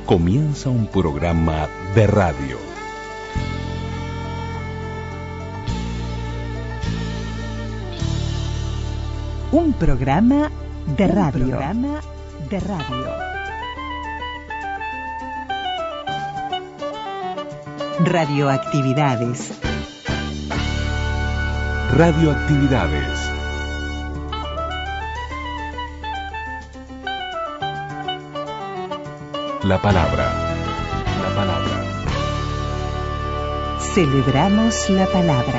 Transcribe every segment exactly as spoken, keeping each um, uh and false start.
comienza un programa de radio. Un programa de radio. Un programa de radio. Radioactividades. Radioactividades. La palabra. La palabra. Celebramos la palabra.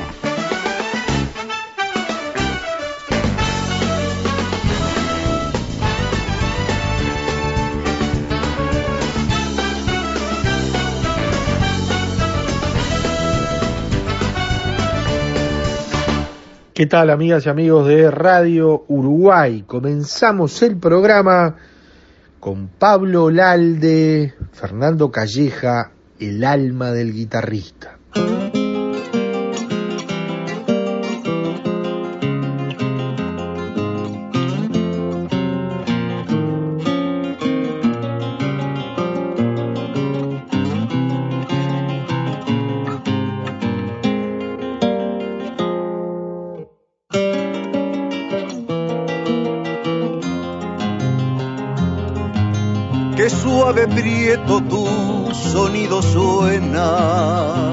¿Qué tal, amigas y amigos de Radio Uruguay? Comenzamos el programa con Pablo Lalde, Fernando Calleja, el alma del guitarrista. Qué suave prieto tu sonido suena,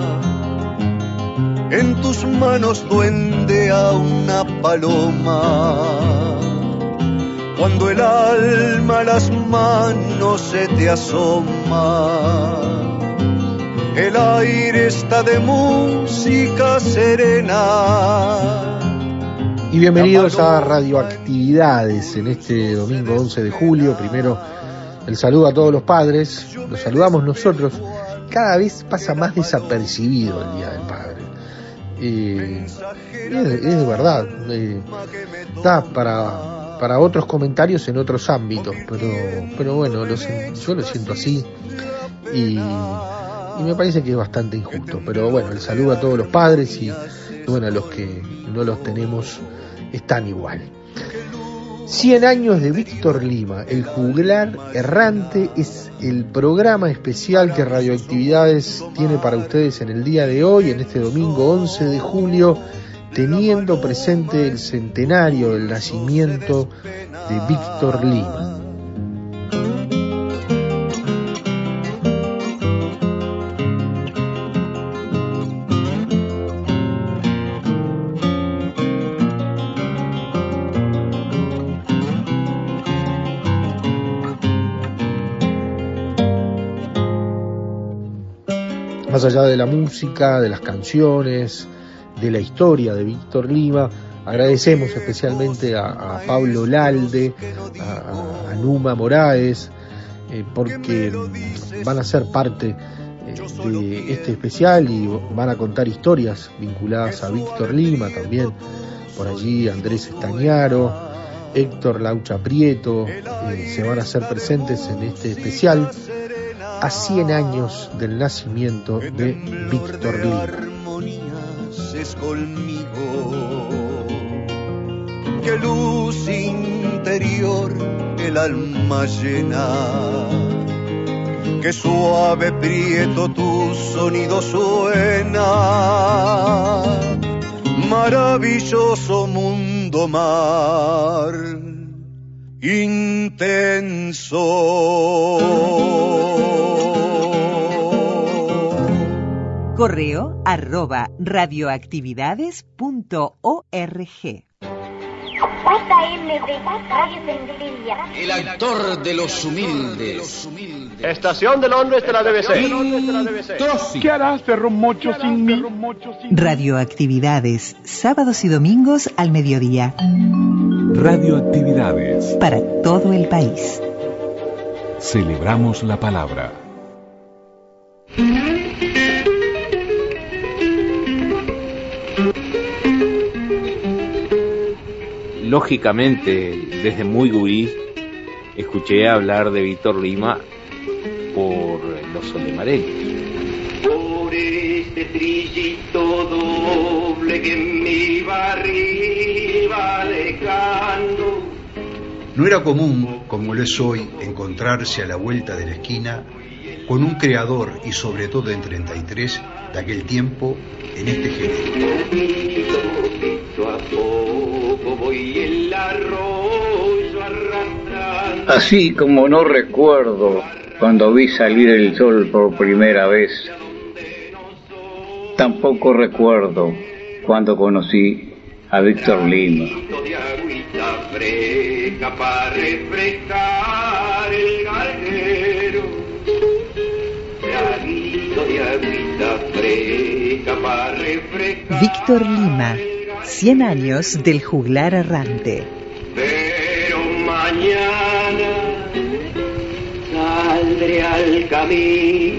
en tus manos duende a una paloma, cuando el alma a las manos se te asoma, el aire está de música serena. Y bienvenidos a Radioactividades en este domingo once de julio. Primero, el saludo a todos los padres, los saludamos nosotros. Cada vez pasa más desapercibido el Día del Padre. Eh, es, es de verdad. Eh, da para, para otros comentarios en otros ámbitos, pero, pero bueno, lo, yo lo siento así y, y me parece que es bastante injusto. Pero bueno, el saludo a todos los padres y bueno, a los que no los tenemos están igual. cien años de Víctor Lima, el juglar errante, es el programa especial que Radioactividades tiene para ustedes en el día de hoy, en este domingo once de julio, teniendo presente el centenario del nacimiento de Víctor Lima. Más allá de la música, de las canciones, de la historia de Víctor Lima, agradecemos especialmente a, a Pablo Lalde, a, a Numa Moraes, eh, porque van a ser parte eh, de este especial y van a contar historias vinculadas a Víctor Lima, también por allí Andrés Estañaro, Héctor Laucha Prieto, eh, se van a hacer presentes en este especial a cien años del nacimiento de Víctor Lima. Es conmigo, qué luz interior el alma llena, qué suave prieto tu sonido suena, maravilloso mundo mar intenso. Correo arroba radioactividades punto org. J M B, Radio Centella. El actor de los humildes. Estación de Londres de la B B C. ¿Qué harás, perro mocho, sin mí? Radioactividades, sábados y domingos al mediodía. Radioactividades. Para todo el país. Celebramos la palabra. Lógicamente, desde muy gurí, escuché hablar de Víctor Lima por los solemareños. Por este trillito doble que me iba arriba dejando. No era común, como lo es hoy, encontrarse a la vuelta de la esquina con un creador y sobre todo en treinta y tres de aquel tiempo en este género. Así como no recuerdo cuando vi salir el sol por primera vez, tampoco recuerdo cuando conocí a Víctor Lima. Víctor Lima, cien años del juglar errante. Pero mañana saldré al camino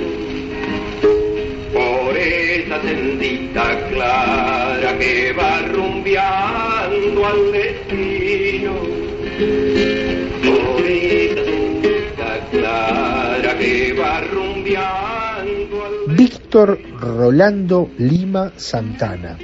por esa sendita clara que va rumbeando al destino. Por esa sendita clara que va rumbeando al... Víctor Rolando Lima Santana,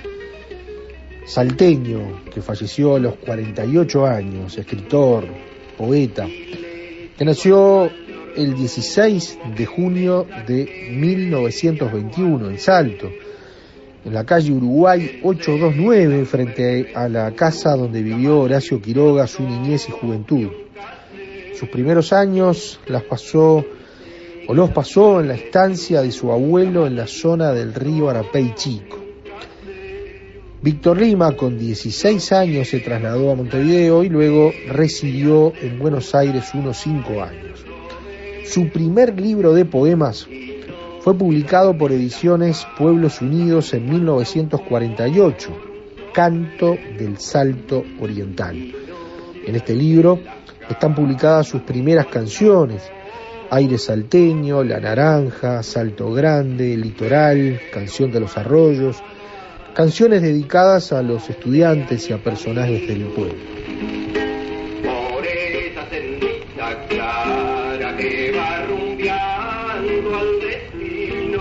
salteño que falleció a los cuarenta y ocho años, escritor, poeta, que nació el dieciséis de junio de mil novecientos veintiuno en Salto, en la calle Uruguay ochocientos veintinueve, frente a la casa donde vivió Horacio Quiroga su niñez y juventud. Sus primeros años las pasó o los pasó en la estancia de su abuelo en la zona del río Arapey Chico. Víctor Lima, con dieciséis años, se trasladó a Montevideo y luego residió en Buenos Aires unos cinco años. Su primer libro de poemas fue publicado por Ediciones Pueblos Unidos en mil novecientos cuarenta y ocho, Canto del Salto Oriental. En este libro están publicadas sus primeras canciones: Aire Salteño, La Naranja, Salto Grande, Litoral, Canción de los Arroyos, canciones dedicadas a los estudiantes y a personajes del pueblo. Por esa sendita clara que va rumbeando al destino,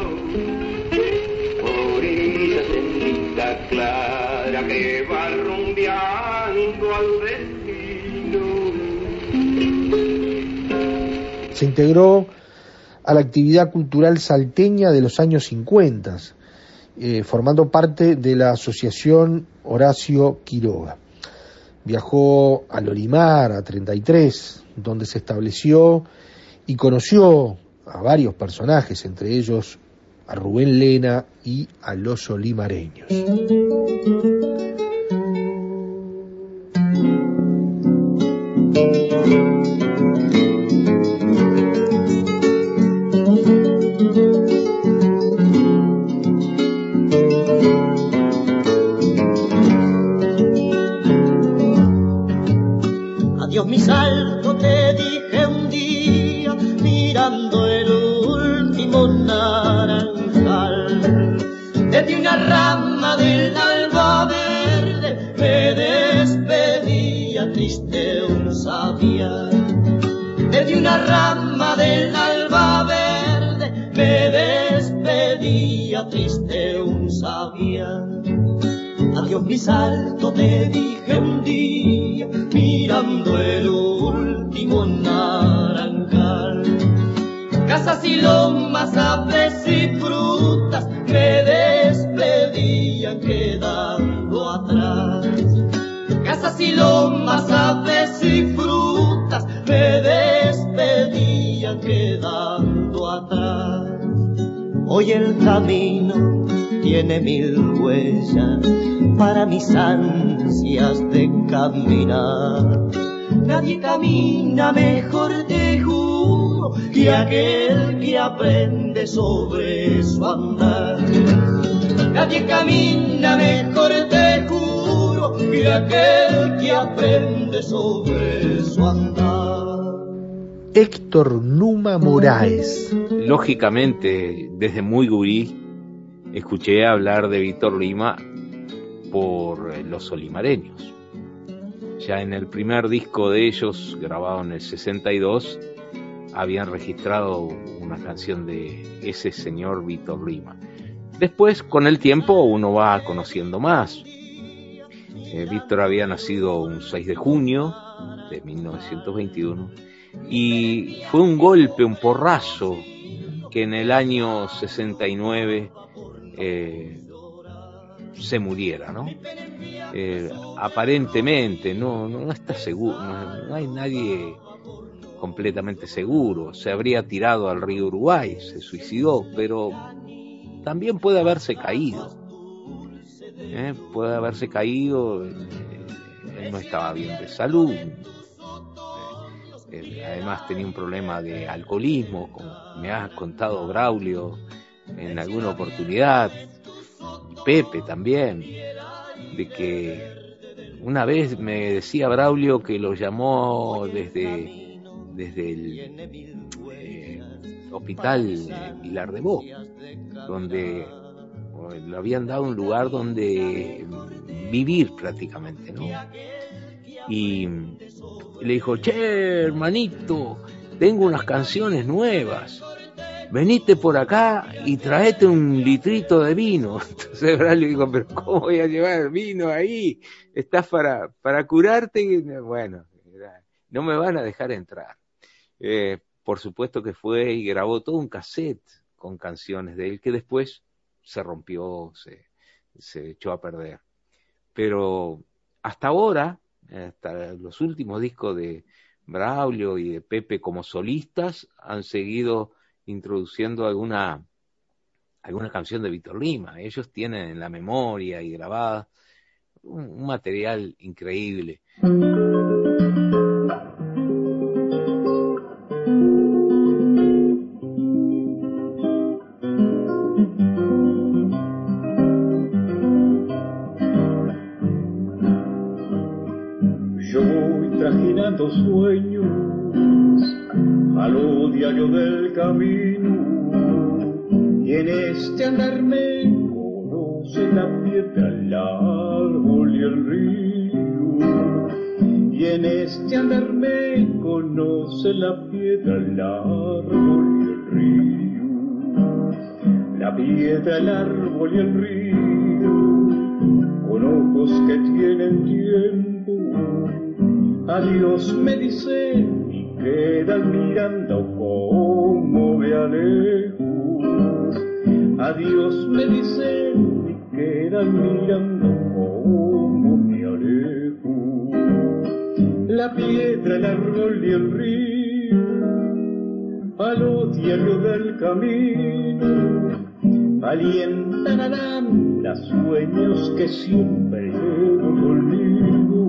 por esa sendita clara que va rumbeando al destino. Se integró a la actividad cultural salteña de los años cincuenta, eh, formando parte de la asociación Horacio Quiroga. Viajó a Lorimar, a treinta y tres, donde se estableció y conoció a varios personajes, entre ellos a Rubén Lena y a los olimareños. Adiós mi salto, te dije un día, mirando el último naranjal. Desde una rama del alba verde me despedía triste un sabiar. Desde una rama del alba verde me despedía triste un sabiar. Adiós mi salto, te dije un día, mirando el último naranjal. Casas y lomas, aves y frutas me despedían quedando atrás. Casas y lomas, aves y frutas me despedían quedando atrás. Hoy el camino tiene mil huellas para mis ansias de caminar. Nadie camina mejor, te juro, que aquel que aprende sobre su andar. Nadie camina mejor, te juro, que aquel que aprende sobre su andar. Héctor Numa Moraes. Lógicamente, desde muy gurí, escuché hablar de Víctor Lima por los olimareños. Ya en el primer disco de ellos, grabado en el sesenta y dos, habían registrado una canción de ese señor Víctor Lima. Después, con el tiempo, uno va conociendo más. Eh, Víctor había nacido un seis de junio de mil novecientos veintiuno y fue un golpe, un porrazo que en el año sesenta y nueve eh, se muriera, ¿no? Eh, aparentemente no, no, no está seguro, no, no hay nadie completamente seguro. Se habría tirado al río Uruguay, se suicidó, pero también puede haberse caído. ¿Eh? Puede haberse caído, eh, él no estaba bien de salud. Eh, además tenía un problema de alcoholismo, como me ha contado Braulio en alguna oportunidad, y Pepe también, de que una vez me decía Braulio que lo llamó desde, desde el eh, hospital Pilar de Bo, donde le habían dado un lugar donde vivir prácticamente, ¿no? Y le dijo: che, hermanito, tengo unas canciones nuevas, venite por acá y traete un litrito de vino. Entonces Braulio dijo: pero ¿cómo voy a llevar el vino ahí? ¿Estás para, para curarte? Bueno, no me van a dejar entrar. Eh, por supuesto que fue y grabó todo un cassette con canciones de él que después se rompió, se, se echó a perder. Pero hasta ahora, hasta los últimos discos de Braulio y de Pepe como solistas, han seguido introduciendo alguna, alguna canción de Víctor Lima. Ellos tienen en la memoria y grabada un, un material increíble. Sueños a lo diario del camino, y en este andar me conoce la piedra, el árbol y el río, y en este andar me conoce la piedra, el árbol y el río, la piedra, el árbol y el río, con ojos que tienen tiempo. Adiós me dicen y quedan mirando como me alejo. Adiós me dicen y quedan mirando como me alejo. La piedra, el árbol y el río, a lo diario del camino, alientan a la sueños que siempre llevo conmigo.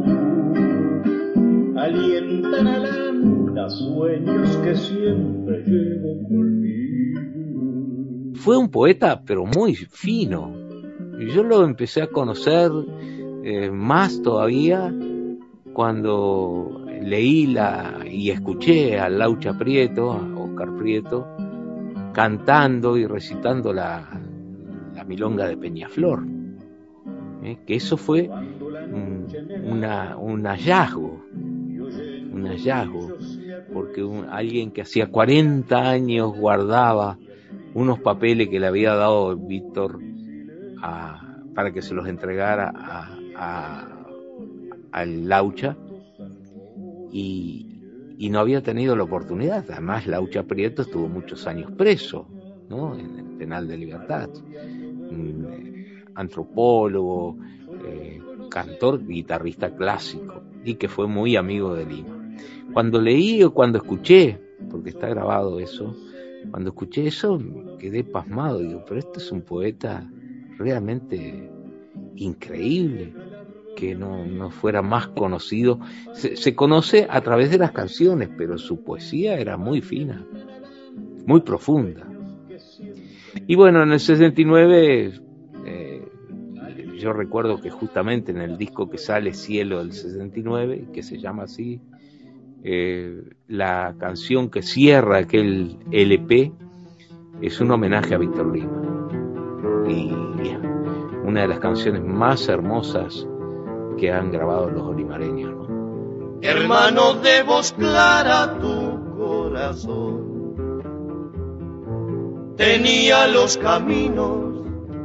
Alientan al anda sueños que siempre llevo conmigo. Fue un poeta, pero muy fino. Yo lo empecé a conocer eh, más todavía cuando leí la y escuché a Laucha Prieto, a Oscar Prieto, cantando y recitando la, la milonga de Peñaflor. Eh, que eso fue un, una, un hallazgo. un hallazgo, porque un, alguien que hacía cuarenta años guardaba unos papeles que le había dado Víctor a, para que se los entregara a, a, al Laucha, y, y no había tenido la oportunidad. Además, Laucha Prieto estuvo muchos años preso, ¿no?, en el penal de Libertad, un antropólogo, eh, cantor, guitarrista clásico, y que fue muy amigo de Lima. Cuando leí o cuando escuché, porque está grabado eso, cuando escuché eso quedé pasmado. Digo, pero este es un poeta realmente increíble, que no, no fuera más conocido. Se, se conoce a través de las canciones, pero su poesía era muy fina, muy profunda. Y bueno, en el sesenta y nueve, eh, yo recuerdo que justamente en el disco que sale, Cielo del sesenta y nueve, que se llama así, Eh, la canción que cierra aquel L P es un homenaje a Víctor Lima, y yeah, una de las canciones más hermosas que han grabado los olimareños, ¿no? Hermano de voz clara, tu corazón tenía los caminos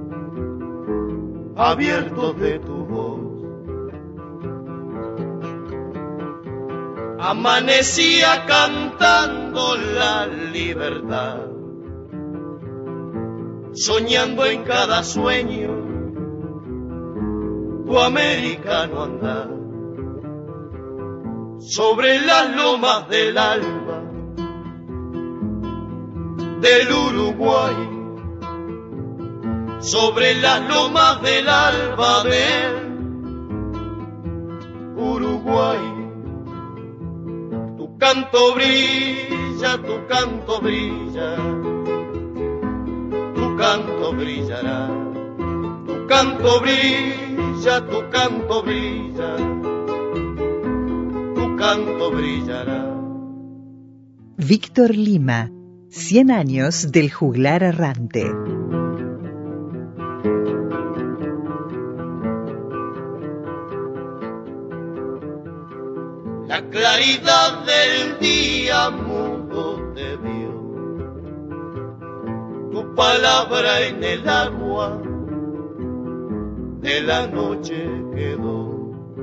abiertos de tu voz. Amanecía cantando la libertad soñando en cada sueño tu americano andar, sobre las lomas del alba del Uruguay, sobre las lomas del alba del Uruguay. Tu canto brilla, tu canto brilla, tu canto brillará, tu canto brilla, tu canto brilla, tu canto brillará. Víctor Lima, cien años del juglar errante. La claridad del día mudo te vio, tu palabra en el agua de la noche quedó.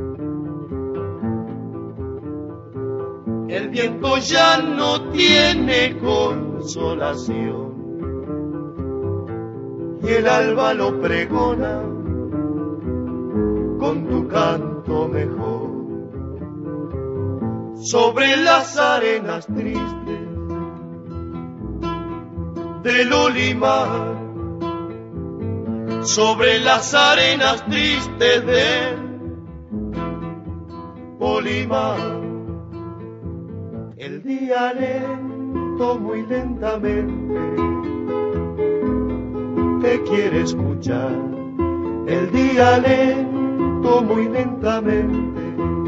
El viento ya no tiene consolación y el alba lo pregona con tu canto mejor. Sobre las arenas tristes del Olimar, sobre las arenas tristes del Olimar, el día lento, muy lentamente te quiere escuchar. El día lento, muy lentamente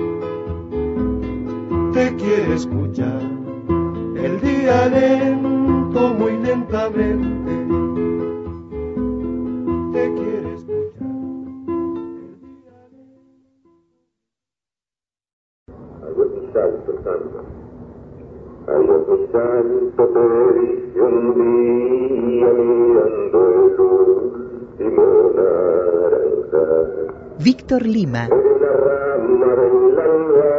te quiere escuchar. El día lento, muy lentamente te quiere escuchar. Adiós mi santo, santo. Adiós mi santo, te dije un día mirando el último naranja. Víctor Lima. En la rama del alba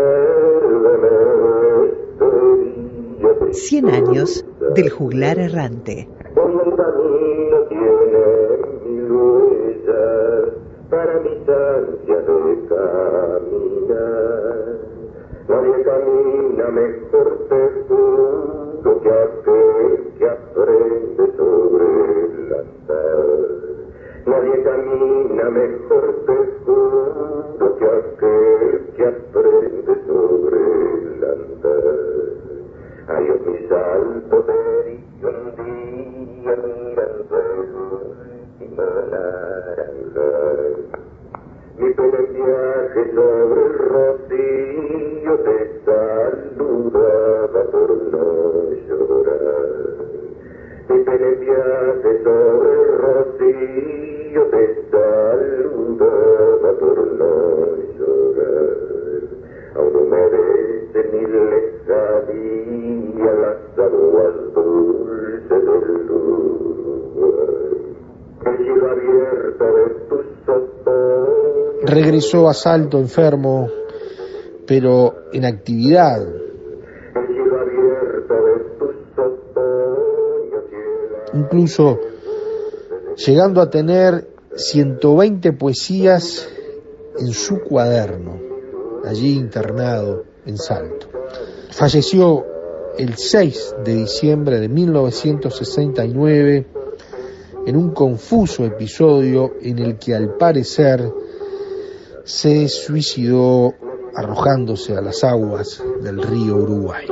Cien años del juglar errante. Hoy el camino tiene mil huellas para mis ansias de caminar. Nadie camina mejor, te juro, que aquel que aprende sobre el andar. Nadie camina mejor, te juro, que aquel que aprende sobre el andar. Adiós mi salto te dije un día mirando el último naranja. Mi pena en viaje sobre el rocío te saludaba por no llorar. Mi pena en viaje sobre el rocío te saludaba por no llorar. Aún humedece mi lejanía las aguas dulces del Uruguay. El cielo abierto de tus ojos. Regresó a Salto enfermo, pero en actividad. El cielo abierto de tus ojos. Incluso llegando a tener ciento veinte poesías en su cuaderno, allí internado en Salto. Falleció el seis de diciembre de mil novecientos sesenta y nueve en un confuso episodio en el que al parecer se suicidó arrojándose a las aguas del río Uruguay.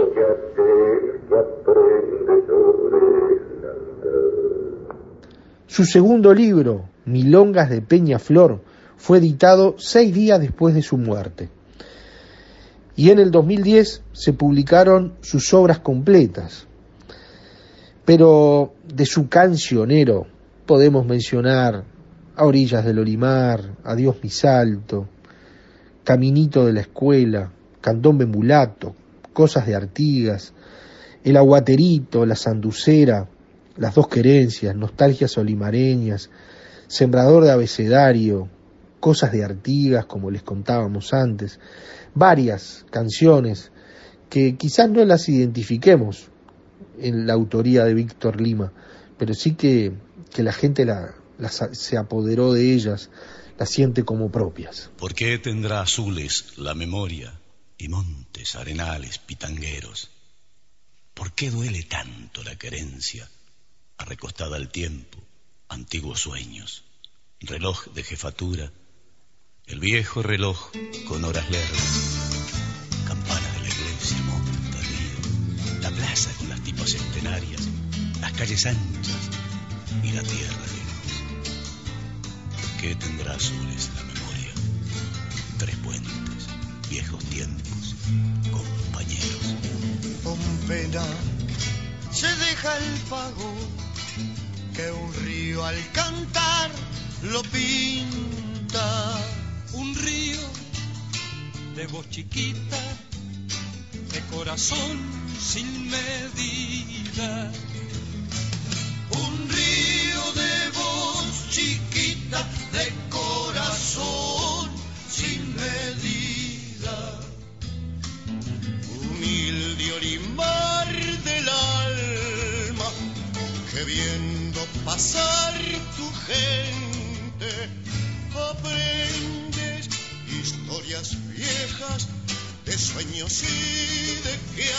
Su segundo libro, Milongas de Peñaflor, fue editado seis días después de su muerte. Y en el dos mil diez se publicaron sus obras completas. Pero de su cancionero podemos mencionar A orillas del Olimar, Adiós mi Salto, Caminito de la Escuela, Candombe Mulato, Cosas de Artigas, El Aguaterito, La Sanducera, Las Dos Querencias, Nostalgias Olimareñas, Sembrador de Abecedario, Cosas de Artigas, como les contábamos antes, varias canciones que quizás no las identifiquemos en la autoría de Víctor Lima, pero sí que, que la gente la, la, se apoderó de ellas, las siente como propias. ¿Por qué tendrá azules la memoria y montes, arenales, pitangueros? ¿Por qué duele tanto la querencia, arrecostada al tiempo, antiguos sueños, reloj de jefatura, el viejo reloj con horas lerdas, campana de la iglesia, monte, río, la plaza con las tipas centenarias, las calles anchas y la tierra lejos? ¿Por qué tendrá azules la memoria? Tres puentes, viejos tiempos, compañeros. Con pena se deja el pago que un río al cantar lo pinta. Un río de voz chiquita, de corazón sin medida. Un río de voz chiquita, de corazón sin medida. Humilde orimar del alma, que viendo pasar tu gente, aprendes historias viejas de sueños y de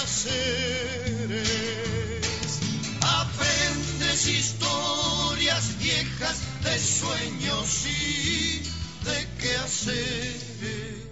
quehaceres. Aprendes historias viejas de sueños y de quehaceres.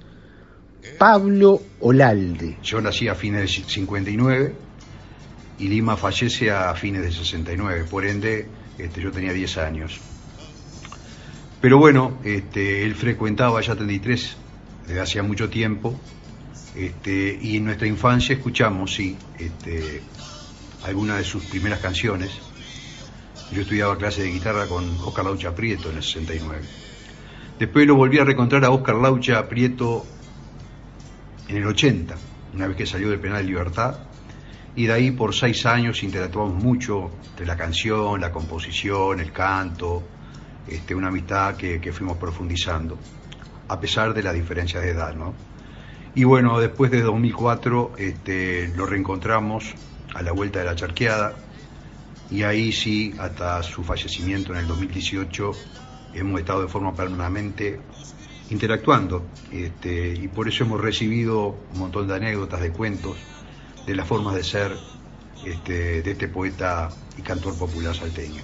Pablo Olalde. Yo nací a fines del cincuenta y nueve y Lima fallece a fines del sesenta y nueve, por ende este, yo tenía diez años. Pero bueno, este, él frecuentaba ya treinta y tres desde hacía mucho tiempo, este, y en nuestra infancia escuchamos, sí, este, algunas de sus primeras canciones. Yo estudiaba clase de guitarra con Oscar Laucha Prieto en el sesenta y nueve. Después lo volví a reencontrar a Oscar Laucha Prieto en el ochenta, una vez que salió del penal de Libertad, y de ahí por seis años interactuamos mucho entre la canción, la composición, el canto, este, una amistad que, que fuimos profundizando, a pesar de las diferencias de edad, ¿no? Y bueno, después de dos mil cuatro este, lo reencontramos a la vuelta de la charqueada, y ahí sí, hasta su fallecimiento en el dos mil dieciocho, hemos estado de forma permanente interactuando, este, y por eso hemos recibido un montón de anécdotas, de cuentos, de las formas de ser este, de este poeta y cantor popular salteño.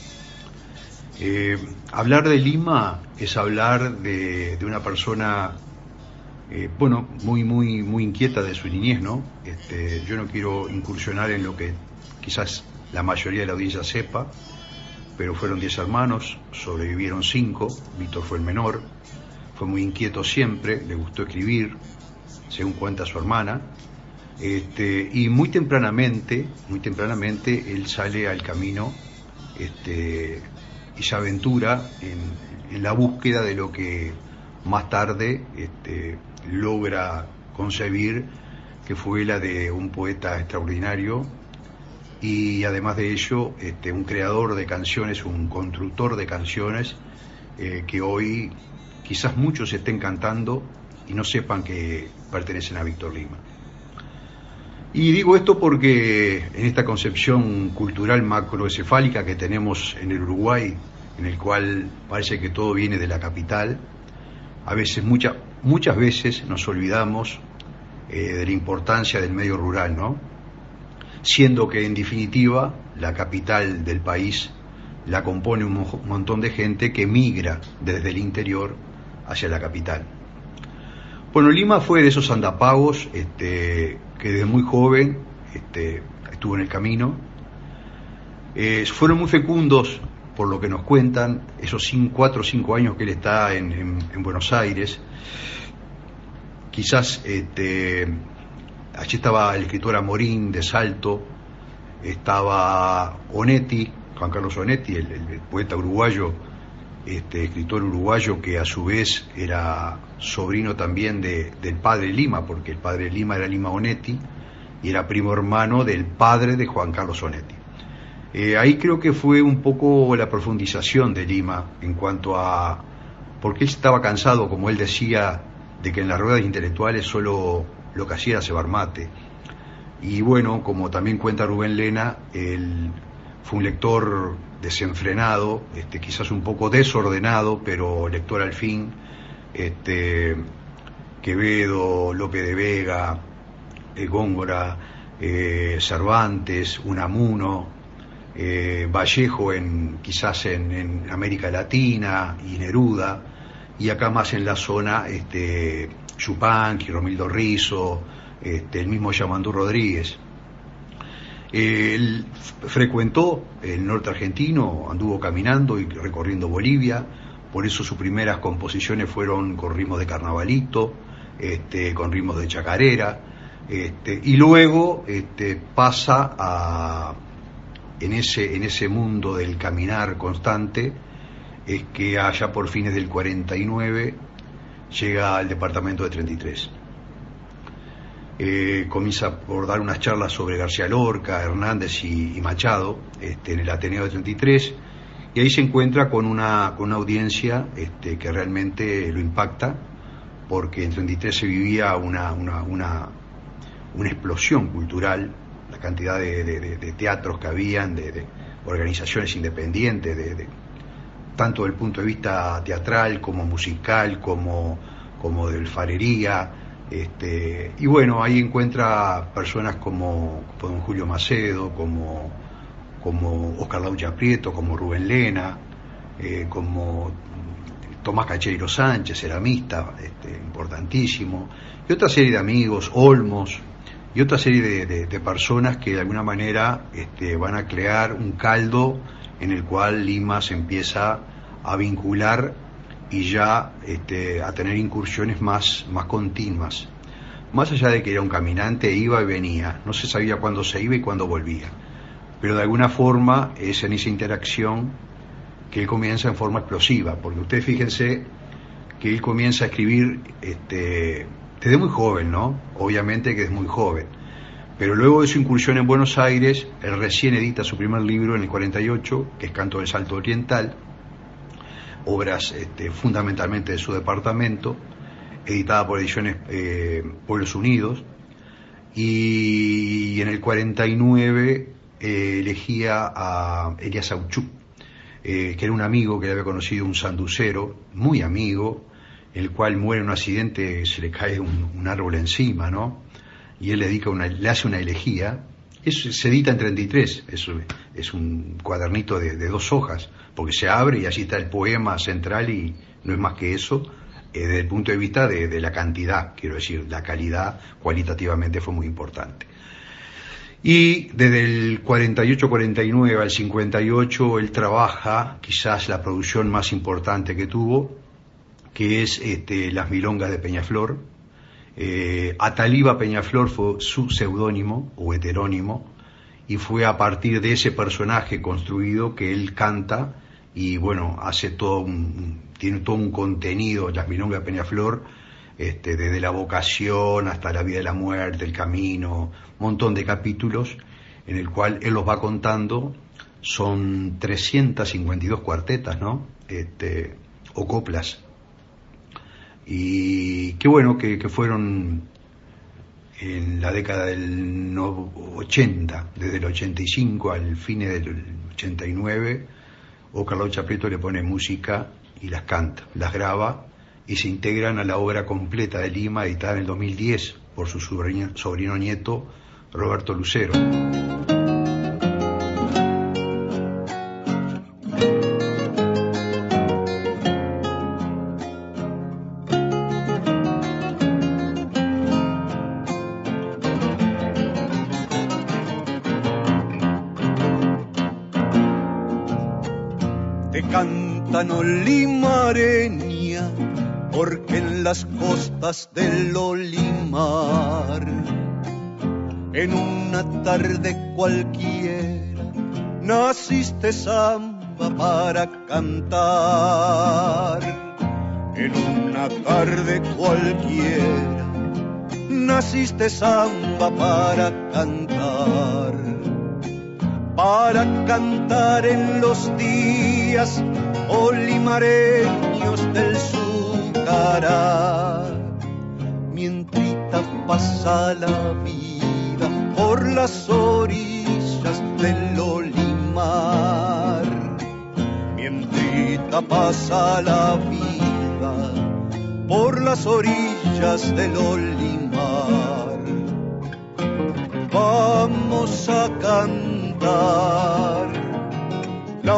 Eh, hablar de Lima es hablar de, de una persona, eh, bueno, muy, muy, muy inquieta de su niñez, ¿no? Este, yo no quiero incursionar en lo que quizás la mayoría de la audiencia sepa, pero fueron diez hermanos, sobrevivieron cinco, Víctor fue el menor, fue muy inquieto siempre, le gustó escribir, según cuenta su hermana, este, y muy tempranamente, muy tempranamente él sale al camino este, y se aventura en, en la búsqueda de lo que más tarde este, logra concebir, que fue la de un poeta extraordinario y además de ello este, un creador de canciones, un constructor de canciones eh, que hoy quizás muchos estén cantando y no sepan que pertenecen a Víctor Lima. Y digo esto porque en esta concepción cultural macroencefálica que tenemos en el Uruguay, en el cual parece que todo viene de la capital, a veces, mucha, muchas veces nos olvidamos eh, de la importancia del medio rural, ¿no? Siendo que en definitiva la capital del país la compone un mo- montón de gente que migra desde el interior hacia la capital. Bueno, Lima fue de esos andapagos este, que desde muy joven este, estuvo en el camino. Eh, fueron muy fecundos, por lo que nos cuentan, esos cinco, cuatro o cinco años que él está en, en, en Buenos Aires. Quizás este, allí estaba el escritor Amorín de Salto, estaba Onetti, Juan Carlos Onetti, el, el, el poeta uruguayo, este escritor uruguayo que a su vez era sobrino también de, del padre Lima, porque el padre Lima era Lima Onetti y era primo hermano del padre de Juan Carlos Onetti. Eh, ahí creo que fue un poco la profundización de Lima en cuanto a, porque él estaba cansado, como él decía, de que en las ruedas intelectuales solo lo que hacía era cebar mate. Y bueno, como también cuenta Rubén Lena, él fue un lector desenfrenado, este, quizás un poco desordenado, pero lector al fin. Este, Quevedo, Lope de Vega, eh, Góngora, eh, Cervantes, Unamuno, eh, Vallejo en, quizás en, en América Latina, y Neruda, y acá más en la zona este, Yupanqui, Romildo Rizzo, este, el mismo Yamandú Rodríguez. Eh, él frecuentó el norte argentino, anduvo caminando y recorriendo Bolivia, por eso sus primeras composiciones fueron con ritmos de carnavalito, este, con ritmos de chacarera, este, y luego este, pasa a, en ese, en ese mundo del caminar constante, es que allá por fines del cuarenta y nueve llega al departamento de treinta y tres. Eh, comienza por dar unas charlas sobre García Lorca, Hernández y, y Machado, este, en el Ateneo de treinta y tres, y ahí se encuentra con una, con una audiencia este, que realmente lo impacta, porque en treinta y tres se vivía una, una, una, una explosión cultural, la cantidad de, de, de teatros que habían, de, de organizaciones independientes, de, de, tanto desde el punto de vista teatral como musical, como, como de alfarería. Este, y bueno, ahí encuentra personas como, como don Julio Macedo, como, como Oscar Laucha Prieto, como Rubén Lena, eh, como Tomás Cacheiro Sánchez, ceramista, este, importantísimo, y otra serie de amigos, Olmos, y otra serie de, de, de personas que de alguna manera este, van a crear un caldo en el cual Lima se empieza a vincular y ya este, a tener incursiones más, más continuas. Más allá de que era un caminante, iba y venía, no se sabía cuándo se iba y cuándo volvía, pero de alguna forma es en esa interacción que él comienza en forma explosiva, porque ustedes fíjense que él comienza a escribir este, desde muy joven, ¿no? Obviamente que es muy joven, pero luego de su incursión en Buenos Aires, él recién edita su primer libro en el cuarenta y ocho, que es Canto del Salto Oriental, obras este, fundamentalmente de su departamento, editada por Ediciones eh, Pueblos Unidos, y en el cuarenta y nueve eh, elegía a Elías Auchú, eh, que era un amigo que le había conocido, un sanducero, muy amigo, el cual muere en un accidente, se le cae un, un árbol encima, ¿no? Y él le, dedica una, le hace una elegía. Eso se edita en treinta y tres, es, es un cuadernito de, de dos hojas, porque se abre y allí está el poema central y no es más que eso, eh, desde el punto de vista de, de la cantidad, quiero decir, la calidad cualitativamente fue muy importante. Y desde el cuarenta y ocho cuarenta y nueve al cincuenta y ocho él trabaja quizás la producción más importante que tuvo, que es este, Las Milongas de Peñaflor. Eh, Ataliba Peñaflor fue su seudónimo o heterónimo, y fue a partir de ese personaje construido que él canta y bueno, hace todo un, tiene todo un contenido, Las Milongas de Peñaflor, este, desde la vocación hasta la vida y la muerte, el camino, un montón de capítulos en el cual él los va contando. Son trescientas cincuenta y dos cuartetas, ¿no? Este, o coplas. Y qué bueno que, que fueron en la década del ochenta, desde el ochenta y cinco al fin del ochenta y nueve, Oscar Laucha Prieto le pone música y las canta, las graba y se integran a la obra completa de Lima, editada en el dos mil diez por su sobrino, sobrino nieto Roberto Lucero. Limareña, porque en las costas del Olimar, en una tarde cualquiera, naciste samba para cantar. En una tarde cualquiera, naciste samba para cantar. Para cantar en los días olimareños del Sucará, mientras pasa la vida por las orillas del Olimar. canta pasa la vida por las orillas del Olimar. Vamos a cantar la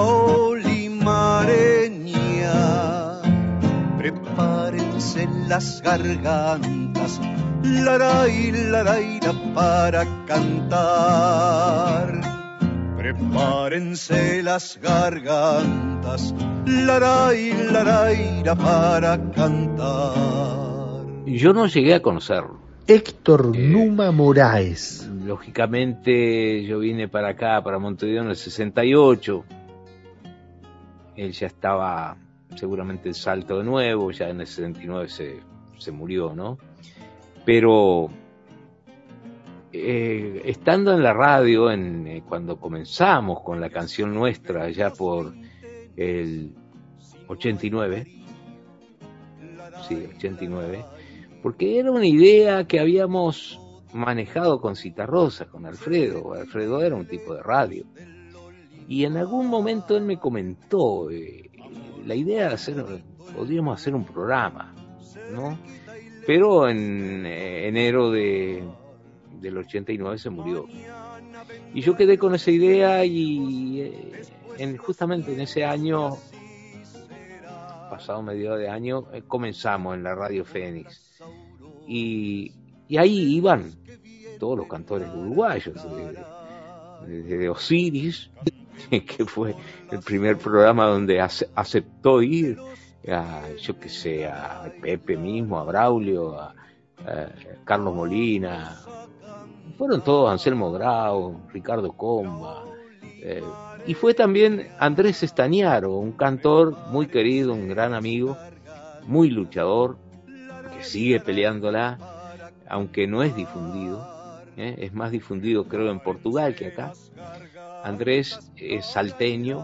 olimareña, prepárense las gargantas, laray, laraira para cantar. Prepárense las gargantas, laray, laraira para cantar. Yo no llegué a conocerlo. Héctor Eh, Numa Moraes. Lógicamente yo vine para acá, para Montevideo en el sesenta y ocho. Él ya estaba seguramente en Salto de nuevo, ya en el sesenta y nueve se, se murió, ¿no? Pero eh, estando en la radio, en, eh, cuando comenzamos con la canción nuestra, ya por el ochenta y nueve, sí, ochenta y nueve, porque era una idea que habíamos manejado con Citarrosa, con Alfredo. Alfredo era un tipo de radio. Y en algún momento él me comentó eh, la idea de hacer, podríamos hacer un programa, ¿no? Pero en eh, enero de, del ochenta y nueve se murió. Y yo quedé con esa idea y eh, en, justamente en ese año, pasado medio de año, eh, comenzamos en la Radio Fénix. Y, y ahí iban todos los cantores uruguayos, de, de, de Osiris, que fue el primer programa donde ace, aceptó ir, a, yo qué sé, a Pepe mismo, a Braulio, a, a Carlos Molina, fueron todos, Anselmo Grau, Ricardo Comba, eh, y fue también Andrés Estañaro, un cantor muy querido, un gran amigo, muy luchador, que sigue peleándola, aunque no es difundido, ¿eh? Es más difundido creo en Portugal que acá. Andrés es salteño.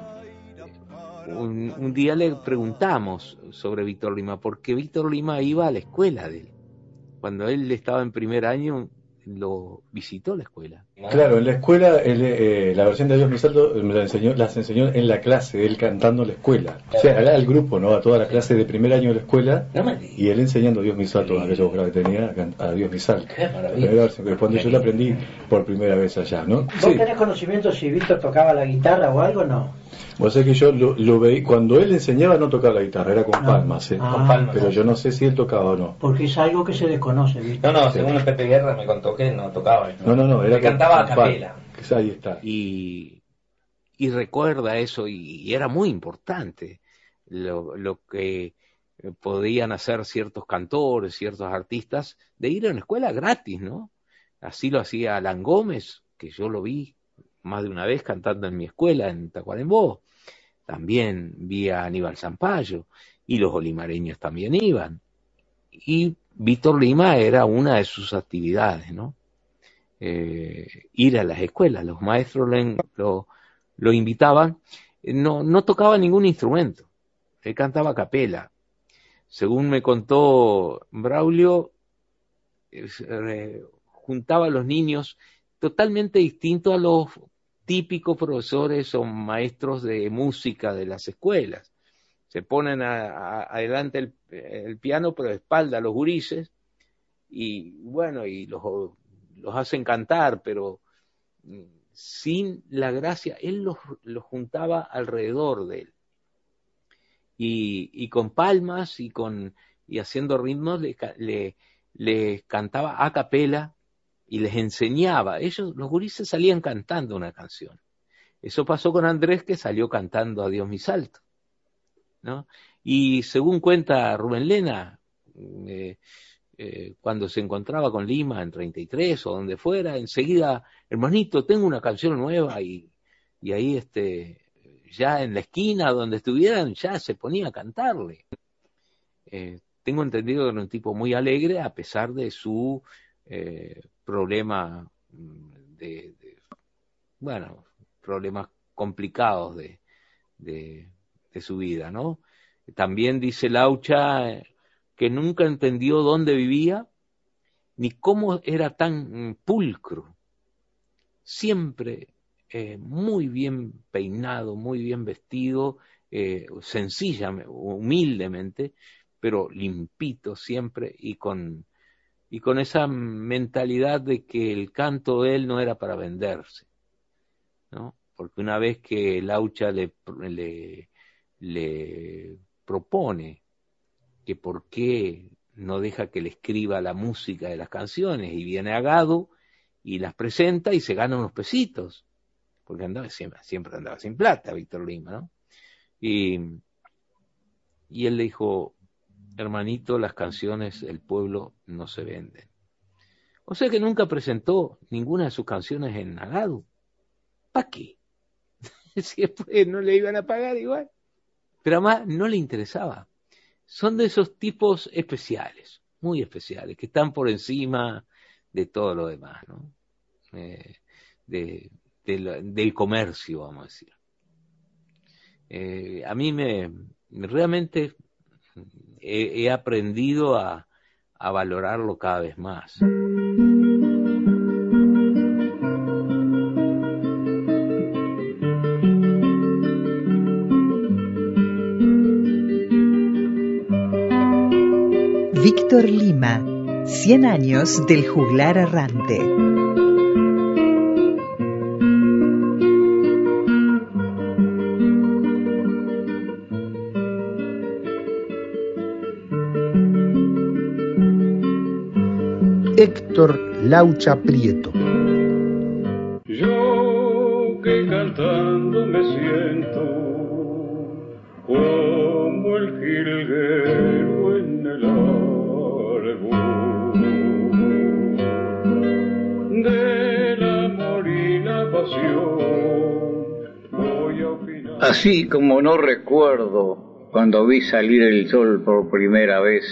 Un, un día le preguntamos sobre Víctor Lima, porque Víctor Lima iba a la escuela de él. Cuando él estaba en primer año, lo visitó la escuela. Claro, en la escuela él, eh, la versión de Dios mi salto me la enseñó, las enseñó en la clase, él cantando en la escuela. O sea, al grupo, ¿no? A toda la clase de primer año de la escuela, y él enseñando Dios mi salto, aquella voz que tenía, a Dios mi salto. Qué maravilla. La versión, que cuando yo la aprendí por primera vez allá, ¿no? ¿Vos Sí. tenés conocimiento si Víctor tocaba la guitarra o algo? No. Vos sabés que yo lo, lo veí, cuando él enseñaba no tocaba la guitarra, era con No. palmas, ¿eh? Ah. Con palmas. Pero yo no sé si él tocaba o no. Porque es algo que se desconoce, ¿viste? No, no, según el Pepe Guerra me contó que no tocaba. No, no, no, era que cantaba a con capela. palmas. Ahí está. Y, y recuerda eso, y, y era muy importante lo, lo que podían hacer ciertos cantores, ciertos artistas, de ir a una escuela gratis, ¿no? Así lo hacía Alan Gómez, que yo lo vi más de una vez cantando en mi escuela, en Tacuarembó. También vi a Aníbal Zampayo, y los olimareños también iban. Y Víctor Lima era una de sus actividades, ¿no? Eh, ir a las escuelas, los maestros lo, lo, lo invitaban, no, no tocaba ningún instrumento, él cantaba a capela. Según me contó Braulio, eh, juntaba a los niños totalmente distintos a los típicos profesores o maestros de música de las escuelas. Se ponen a, a, adelante el, el piano, pero de espalda a los gurises, y bueno, y los los hacen cantar, pero sin la gracia. Él los, los juntaba alrededor de él, y, y con palmas y con y haciendo ritmos le, le, les cantaba a capela y les enseñaba. Ellos, los gurises, salían cantando una canción. Eso pasó con Andrés, que salió cantando a Dios mi salto, ¿no? Y según cuenta Rubén Lena, eh, Eh, cuando se encontraba con Lima en treinta y tres o donde fuera, enseguida, hermanito, tengo una canción nueva, y, y ahí este, ya en la esquina donde estuvieran, ya se ponía a cantarle. Eh, tengo entendido que era un tipo muy alegre, a pesar de su eh, problema de, de, bueno, problemas complicados de, de, de su vida, ¿no? También dice Laucha eh, que nunca entendió dónde vivía, ni cómo era tan pulcro. Siempre eh, muy bien peinado, muy bien vestido, eh, sencilla, humildemente, pero limpito siempre y con, y con esa mentalidad de que el canto de él no era para venderse, ¿no? Porque una vez que Laucha le, le, le propone que por qué no deja que le escriba la música de las canciones, y viene a Gado y las presenta y se gana unos pesitos, porque andaba siempre, siempre andaba sin plata Víctor Lima, ¿no? Y, y él le dijo: hermanito, las canciones del pueblo no se venden. O sea que nunca presentó ninguna de sus canciones en Gado. ¿Para qué? Si después no le iban a pagar igual. Pero además no le interesaba. Son de esos tipos especiales, muy especiales, que están por encima de todo lo demás, ¿no? Eh, de, de lo, del comercio, vamos a decir. Eh, a mí me realmente he, he aprendido a, a valorarlo cada vez más. Víctor Lima, cien años del juglar errante. Héctor Laucha Prieto. Yo que cantando me siento como el jilguero en el árbol del amor y la pasión, voy a opinar. Así como no recuerdo cuando vi salir el sol por primera vez,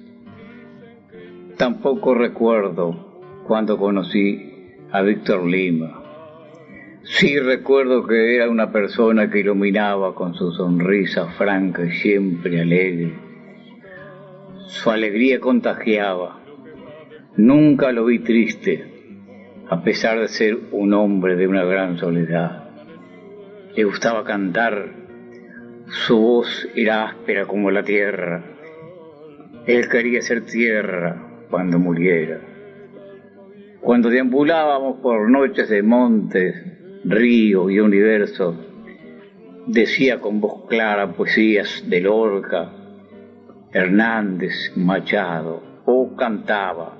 tampoco recuerdo cuando conocí a Víctor Lima. Sí recuerdo que era una persona que iluminaba con su sonrisa franca y siempre alegre. Su alegría contagiaba. Nunca lo vi triste, a pesar de ser un hombre de una gran soledad. Le gustaba cantar. Su voz era áspera como la tierra. Él quería ser tierra cuando muriera. Cuando deambulábamos por noches de montes, ríos y universo, decía con voz clara poesías de Lorca, Hernández, Machado, o cantaba.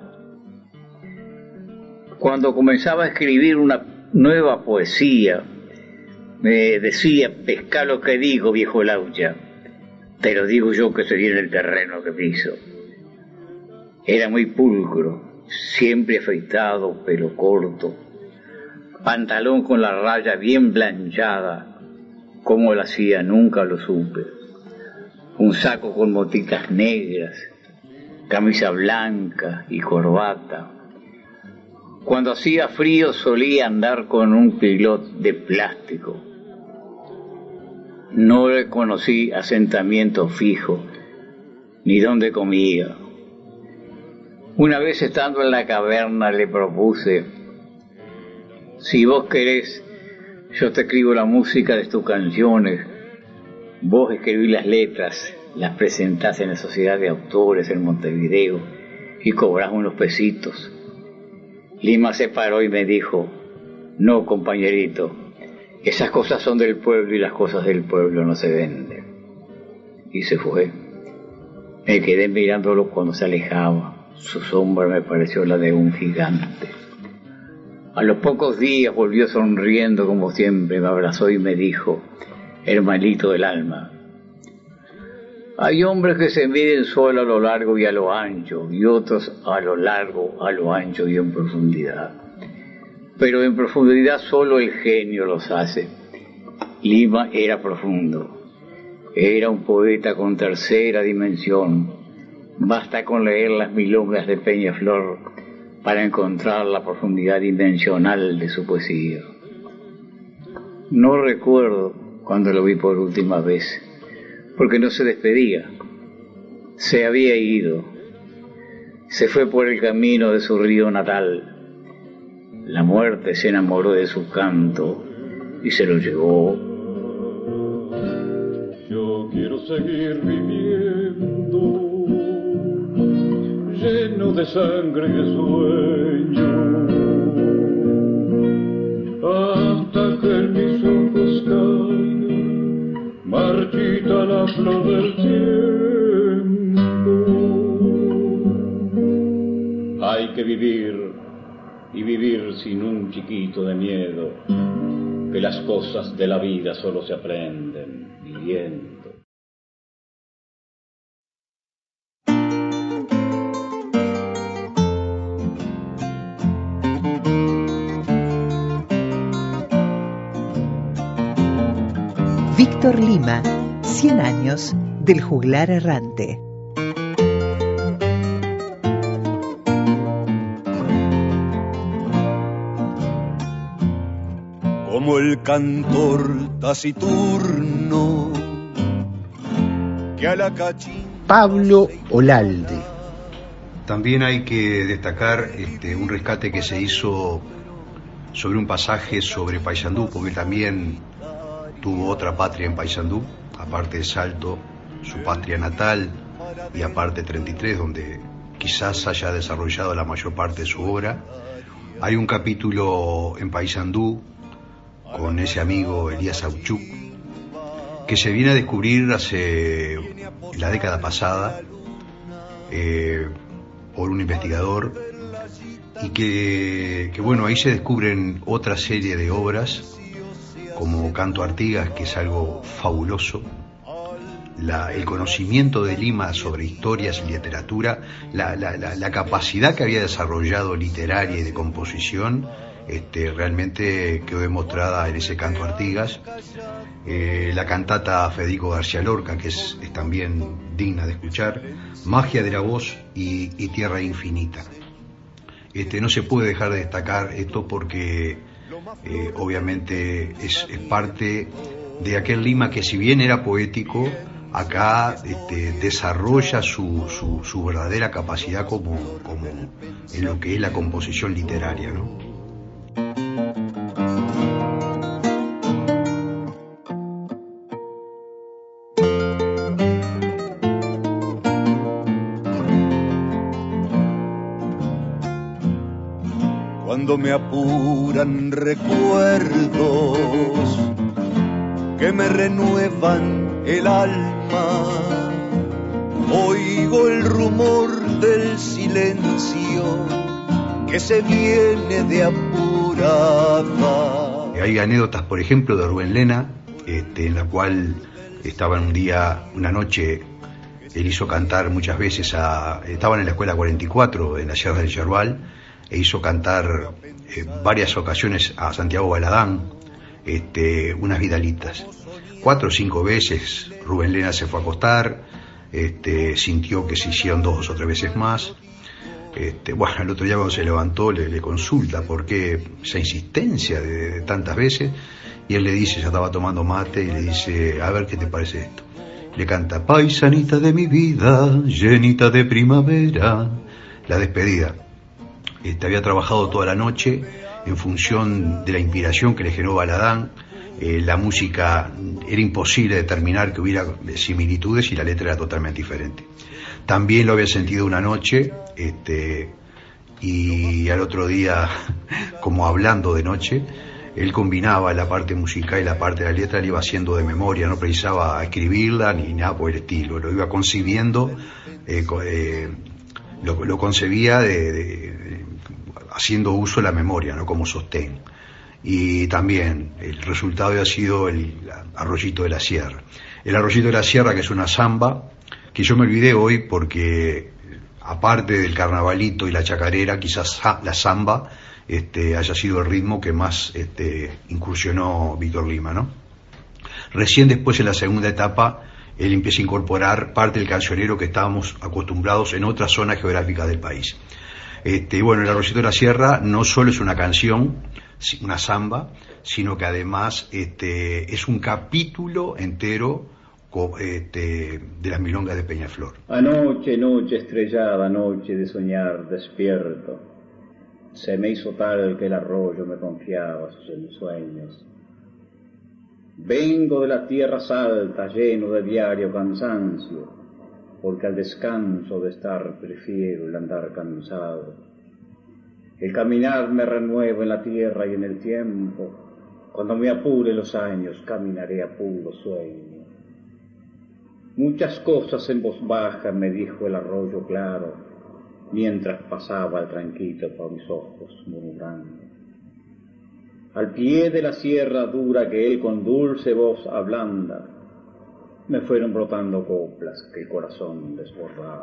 Cuando comenzaba a escribir una nueva poesía, me decía: pesca lo que digo, viejo Laucha, te lo digo yo que estoy en el terreno que piso. Era muy pulcro, siempre afeitado, pelo corto, pantalón con la raya bien planchada. Cómo lo hacía nunca lo supe. Un saco con motitas negras, camisa blanca y corbata. Cuando hacía frío solía andar con un pilot de plástico. No le conocí asentamiento fijo, ni dónde comía. Una vez estando en la caverna le propuse: si vos querés, yo te escribo la música de tus canciones, vos escribís las letras, las presentás en la Sociedad de Autores en Montevideo y cobrás unos pesitos. Lima se paró y me dijo: no, compañerito, esas cosas son del pueblo y las cosas del pueblo no se venden. Y se fue. Me quedé mirándolo cuando se alejaba. Su sombra me pareció la de un gigante. A los pocos días volvió sonriendo como siempre, me abrazó y me dijo: hermanito del alma, hay hombres que se miden solo a lo largo y a lo ancho, y otros a lo largo, a lo ancho y en profundidad. Pero en profundidad solo el genio los hace. Lima era profundo. Era un poeta con tercera dimensión. Basta con leer las milongas de Peñaflor para encontrar la profundidad dimensional de su poesía. No recuerdo cuando lo vi por última vez, porque no se despedía. Se había ido. Se fue por el camino de su río natal. La muerte se enamoró de su canto y se lo llevó. Yo quiero seguir viviendo, lleno de sangre y de sueño, hasta que en mis ojos caiga marchita la flor del tiempo. Hay que vivir y vivir sin un chiquito de miedo, que las cosas de la vida solo se aprenden viviendo. Víctor Lima, cien años del juglar errante. Como el cantor taciturno que a la cachín... Pablo Olalde. También hay que destacar este, un rescate que se hizo sobre un pasaje sobre Paysandú, porque también tuvo otra patria en Paysandú, aparte de Salto, su patria natal, y aparte treinta y tres, donde quizás haya desarrollado la mayor parte de su obra. Hay un capítulo en Paysandú con ese amigo Elías Auchuk, que se viene a descubrir hace la década pasada eh, por un investigador, y que, que bueno, ahí se descubren otra serie de obras como Canto a Artigas, que es algo fabuloso, la, el conocimiento de Lima sobre historias y literatura, la, la, la, la capacidad que había desarrollado literaria y de composición, este, realmente quedó demostrada en ese Canto a Artigas. Eh, la cantata Federico García Lorca, que es, es también digna de escuchar, Magia de la Voz y, y Tierra Infinita. Este, no se puede dejar de destacar esto porque eh, obviamente es, es parte de aquel Lima que, si bien era poético, acá este, desarrolla su, su, su verdadera capacidad como, como en lo que es la composición literaria, ¿no? Cuando me apuran recuerdos que me renuevan el alma, oigo el rumor del silencio que se viene de apurada. Hay anécdotas, por ejemplo, de Rubén Lena, este, en la cual estaban un día, una noche, él hizo cantar muchas veces a... Estaban en la escuela cuarenta y cuatro, en la Sierra del Yerbal, e hizo cantar eh, varias ocasiones a Santiago Baladán, este, unas vidalitas. Cuatro o cinco veces Rubén Lena se fue a acostar, este, sintió que se hicieron dos o tres veces más. Este, bueno, el otro día cuando se levantó le, le consulta por qué esa insistencia de, de tantas veces, y él le dice, ya estaba tomando mate, y le dice, a ver qué te parece esto. Le canta, paisanita de mi vida, llenita de primavera, la despedida. Este, había trabajado toda la noche en función de la inspiración que le generó Baladán. Eh, la música era imposible determinar que hubiera similitudes y la letra era totalmente diferente. También lo había sentido una noche, este, y al otro día, como hablando de noche, él combinaba la parte musical y la parte de la letra, la iba haciendo de memoria, no precisaba escribirla ni nada por el estilo, lo iba concibiendo, eh, eh, lo, lo concebía de, de, de, haciendo uso de la memoria, ¿no? Como sostén. Y también el resultado había sido el Arroyito de la Sierra. El Arroyito de la Sierra, que es una samba, que yo me olvidé hoy porque, aparte del carnavalito y la chacarera, quizás la samba este, haya sido el ritmo que más este, incursionó Víctor Lima, ¿no? Recién después, en la segunda etapa, él empieza a incorporar parte del cancionero que estábamos acostumbrados en otras zonas geográficas del país. Este, bueno, el Arroyito de la Sierra no solo es una canción, una samba, sino que además este, es un capítulo entero Este, de las milongas de Peñaflor. Anoche, noche estrellada, noche de soñar despierto, se me hizo tal que el arroyo me confiaba sus ensueños. Vengo de las tierras altas lleno de diario cansancio, porque al descanso de estar prefiero el andar cansado. El caminar me renueva en la tierra y en el tiempo. Cuando me apure los años, caminaré a puro sueño. Muchas cosas en voz baja me dijo el arroyo claro, mientras pasaba el tranquilo por mis ojos murmurando. Al pie de la sierra dura que él con dulce voz ablanda, me fueron brotando coplas que el corazón desbordaba.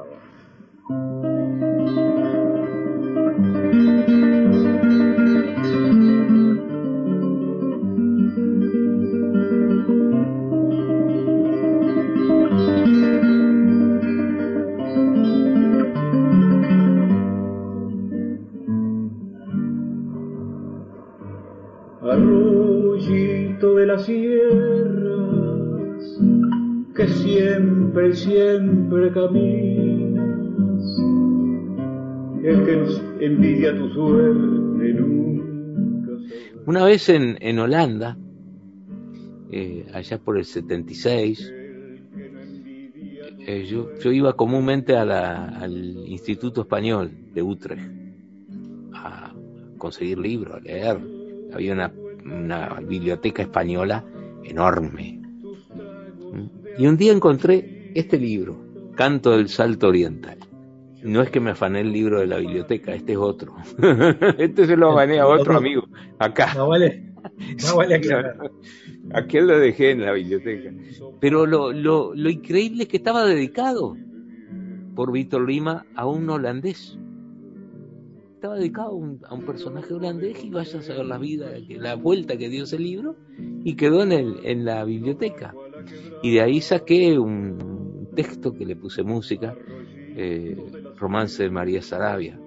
Arroyito de las sierras, que siempre, siempre caminas, el que nos envidia tu suerte nunca sabrá. Una vez en, en Holanda, eh, allá por el setenta y seis, eh, yo, yo iba comúnmente a la, al Instituto Español de Utrecht a conseguir libros, a leer. Había una, una biblioteca española enorme. Y un día encontré este libro, Canto del Salto Oriental. No es que me afané el libro de la biblioteca, este es otro. Este se lo afané a otro amigo, acá. No vale, no vale aclarar. Aquel lo dejé en la biblioteca. Pero lo, lo, lo increíble es que estaba dedicado por Víctor Lima a un holandés. Estaba dedicado a un, a un personaje holandés, y vaya a saber la vida, la vuelta que dio ese libro, y quedó en, el, en la biblioteca. Y de ahí saqué un texto que le puse música, eh, Romance de María Saravia.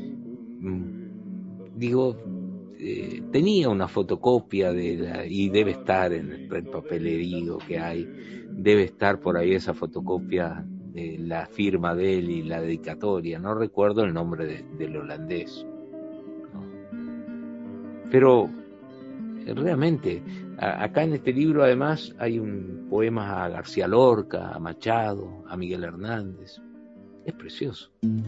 Digo, eh, tenía una fotocopia de la, y debe estar en el, el papelerío que hay, debe estar por ahí esa fotocopia de la firma de él y la dedicatoria. No recuerdo el nombre de, del holandés, ¿no? Pero realmente a, acá en este libro además hay un poema a García Lorca, a Machado, a Miguel Hernández. Es precioso.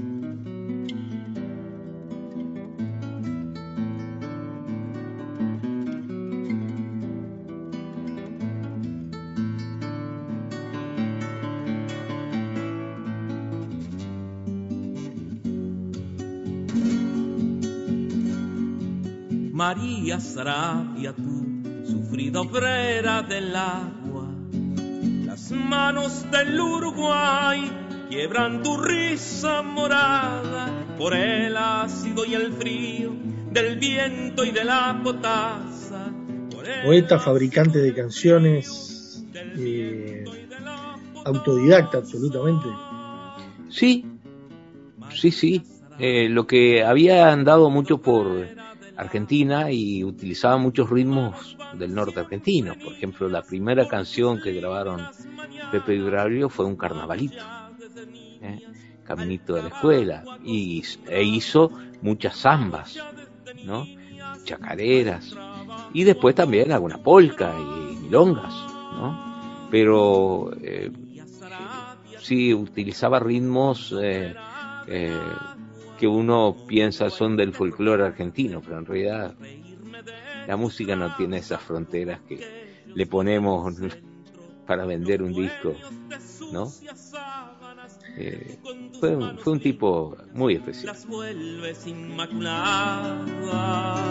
María Saravia, tú, sufrida obrera del agua, las manos del Uruguay quiebran tu risa morada por el ácido y el frío del viento y de la potasa. Poeta, fabricante de canciones, eh, autodidacta absolutamente. Sí, sí, sí. Eh, lo que había andado mucho por Argentina y utilizaba muchos ritmos del norte argentino. Por ejemplo, la primera canción que grabaron Pepe y Braulio fue un carnavalito, ¿eh? Caminito de la Escuela, y e hizo muchas zambas, ¿no? Chacareras, y después también alguna polca y milongas, ¿no? Pero eh, sí utilizaba ritmos eh, eh, que uno piensa son del folclore argentino, pero en realidad la música no tiene esas fronteras que le ponemos para vender un disco, ¿no? Eh, fue, un, fue un tipo muy especial. Las vuelves inmaculadas.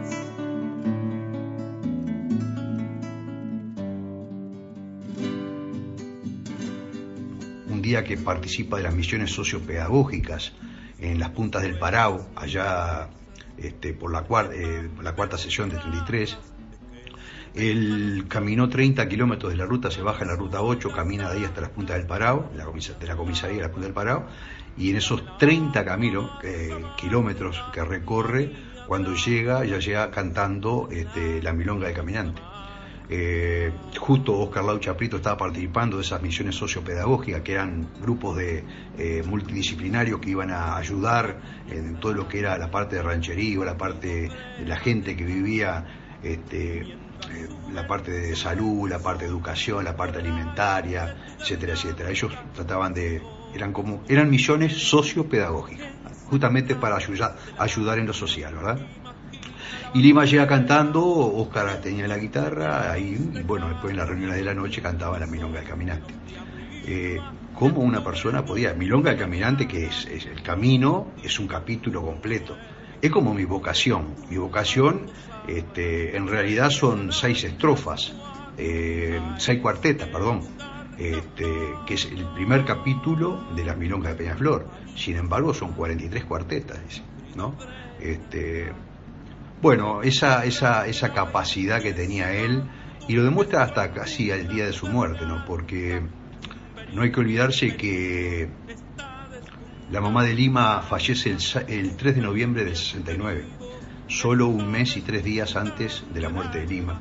Un día que participa de las misiones sociopedagógicas en las puntas del Parao, allá este, por la, cuar- eh, la cuarta sesión de treinta y tres. Él caminó treinta kilómetros de la ruta, se baja en la ruta ocho, camina de ahí hasta las puntas del Parao, de la, comisa- de la comisaría de la punta del Parao, y en esos treinta camino, eh, kilómetros que recorre, cuando llega, ya llega cantando este, la milonga del caminante. Eh, justo Oscar Laucha Prieto estaba participando de esas misiones sociopedagógicas, que eran grupos de eh, multidisciplinarios que iban a ayudar en todo lo que era la parte de rancherío, la parte de la gente que vivía este, eh, la parte de salud, la parte de educación, la parte alimentaria, etcétera, etcétera. Ellos trataban de, eran como, eran misiones sociopedagógicas, justamente para ayudar, ayudar en lo social, ¿verdad? Y Lima llega cantando, Óscar tenía la guitarra, ahí, y bueno, después en las reuniones de la noche cantaba la Milonga del Caminante. Eh, ¿Cómo una persona podía? Milonga del Caminante, que es, es el camino, es un capítulo completo. Es como mi vocación. Mi vocación, este, en realidad son seis estrofas, eh, seis cuartetas, perdón, este, que es el primer capítulo de las Milongas de Peñaflor. Sin embargo, son cuarenta y tres cuartetas, ¿no? Este, bueno, esa, esa, esa capacidad que tenía él, y lo demuestra hasta casi al día de su muerte, ¿no? Porque no hay que olvidarse que la mamá de Lima fallece el, el tres de noviembre del sesenta y nueve, solo un mes y tres días antes de la muerte de Lima.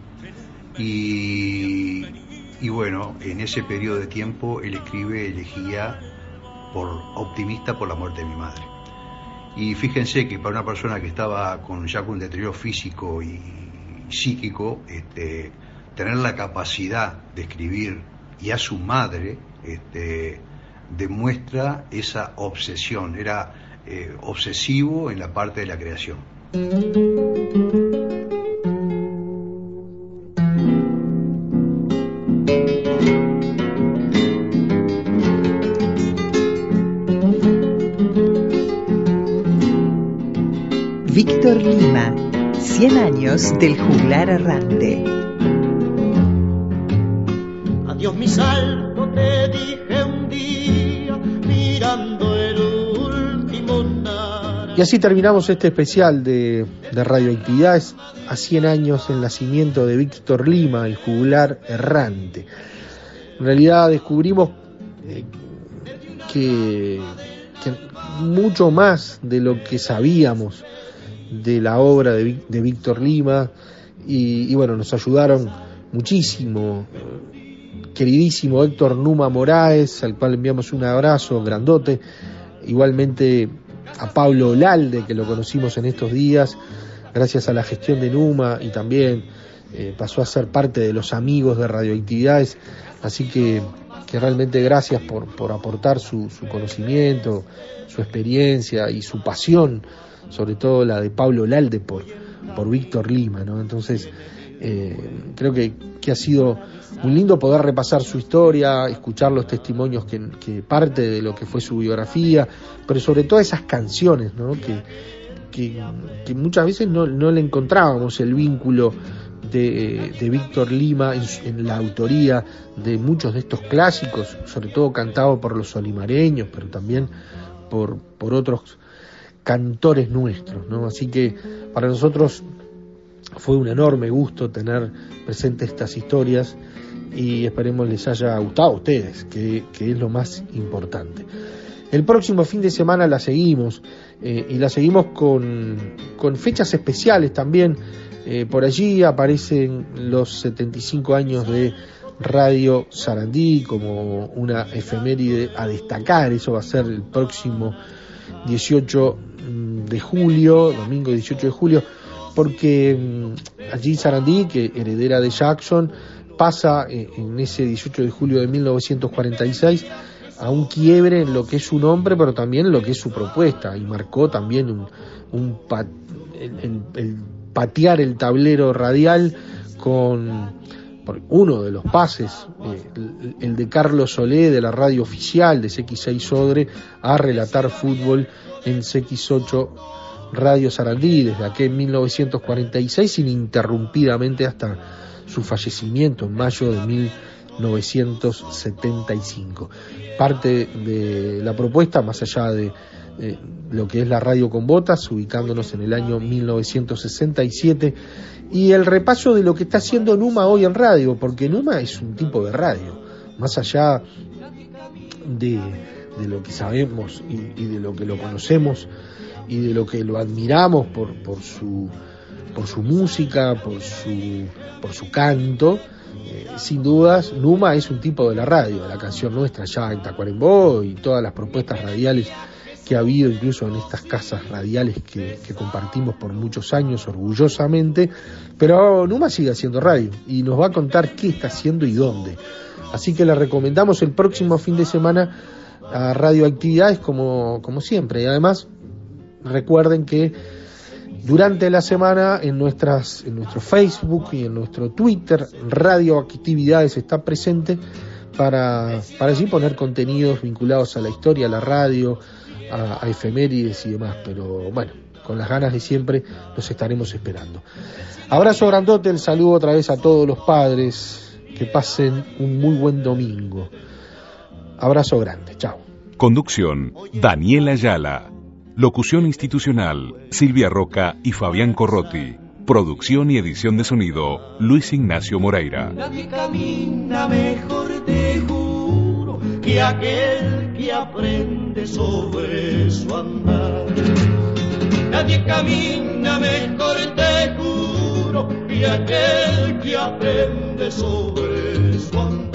Y, y bueno, en ese periodo de tiempo él escribe elegía por optimista por la muerte de mi madre. Y fíjense que para una persona que estaba con ya con un deterioro físico y psíquico, este, tener la capacidad de escribir y a su madre, este, demuestra esa obsesión, era eh, obsesivo en la parte de la creación. Víctor Lima, cien años del juglar errante. Adiós mi salto, te dije un día, mirando el último naranjo. Y así terminamos este especial de, de Radioactividades a cien años del nacimiento de Víctor Lima, el juglar errante. En realidad descubrimos eh, que, que mucho más de lo que sabíamos de la obra de, de Víctor Lima, y, y bueno, nos ayudaron muchísimo queridísimo Héctor Numa Moraes, al cual enviamos un abrazo grandote, igualmente a Pablo Olalde, que lo conocimos en estos días gracias a la gestión de Numa, y también eh, pasó a ser parte de los amigos de Radioactividades, así que, que realmente gracias por, por aportar su, su conocimiento, su experiencia y su pasión, sobre todo la de Pablo Olalde por, por Víctor Lima, ¿no? Entonces eh, creo que, que ha sido muy lindo poder repasar su historia, escuchar los testimonios que, que parte de lo que fue su biografía, pero sobre todo esas canciones, ¿no? que, que, que muchas veces no, no le encontrábamos el vínculo de, de Víctor Lima en, en la autoría de muchos de estos clásicos, sobre todo cantado por los olimareños, pero también por, por otros cantores nuestros, ¿no? Así que para nosotros fue un enorme gusto tener presentes estas historias, y esperemos les haya gustado a ustedes, que, que es lo más importante. El próximo fin de semana la seguimos, eh, y la seguimos con, con fechas especiales también. Eh, por allí aparecen los setenta y cinco años de Radio Sarandí como una efeméride a destacar. Eso va a ser el próximo dieciocho de julio, domingo dieciocho de julio, porque allí Sarandí, que heredera de Jackson, pasa en ese dieciocho de julio de mil novecientos cuarenta y seis a un quiebre en lo que es su nombre, pero también en lo que es su propuesta, y marcó también un, un pat, el, el, el patear el tablero radial con uno de los pases, eh, el, el de Carlos Solé de la radio oficial de C X seis Odre a relatar fútbol en C X ocho Radio Sarandí desde aquel mil novecientos cuarenta y seis ininterrumpidamente hasta su fallecimiento en mayo de mil novecientos setenta y cinco. Parte de la propuesta, más allá de eh, lo que es la radio con botas, ubicándonos en el año mil novecientos sesenta y siete, y el repaso de lo que está haciendo Numa hoy en radio, porque Numa es un tipo de radio, más allá de, de lo que sabemos y, y de lo que lo conocemos y de lo que lo admiramos por, por su por su música, por su por su canto. Eh, sin dudas, Numa es un tipo de la radio, de la canción nuestra ya en Tacuarembó y todas las propuestas radiales que ha habido incluso en estas casas radiales que, que compartimos por muchos años orgullosamente, pero Numa sigue haciendo radio y nos va a contar qué está haciendo y dónde. Así que le recomendamos el próximo fin de semana a Radioactividades como, como siempre. Y además recuerden que durante la semana en nuestras en nuestro Facebook y en nuestro Twitter Radioactividades está presente para, para así poner contenidos vinculados a la historia, a la radio, a, a efemérides y demás. Pero bueno, con las ganas de siempre los estaremos esperando. Abrazo grandote, el saludo otra vez a todos los padres. Que pasen un muy buen domingo. Abrazo grande, chao. Conducción, Daniela Ayala. Locución institucional, Silvia Roca y Fabián Corrotti. Producción y edición de sonido, Luis Ignacio Moreira. Nadie camina mejor, te juro, que aquel que aprende sobre su andar. Nadie camina mejor, te juro, que aquel que aprende sobre su andar.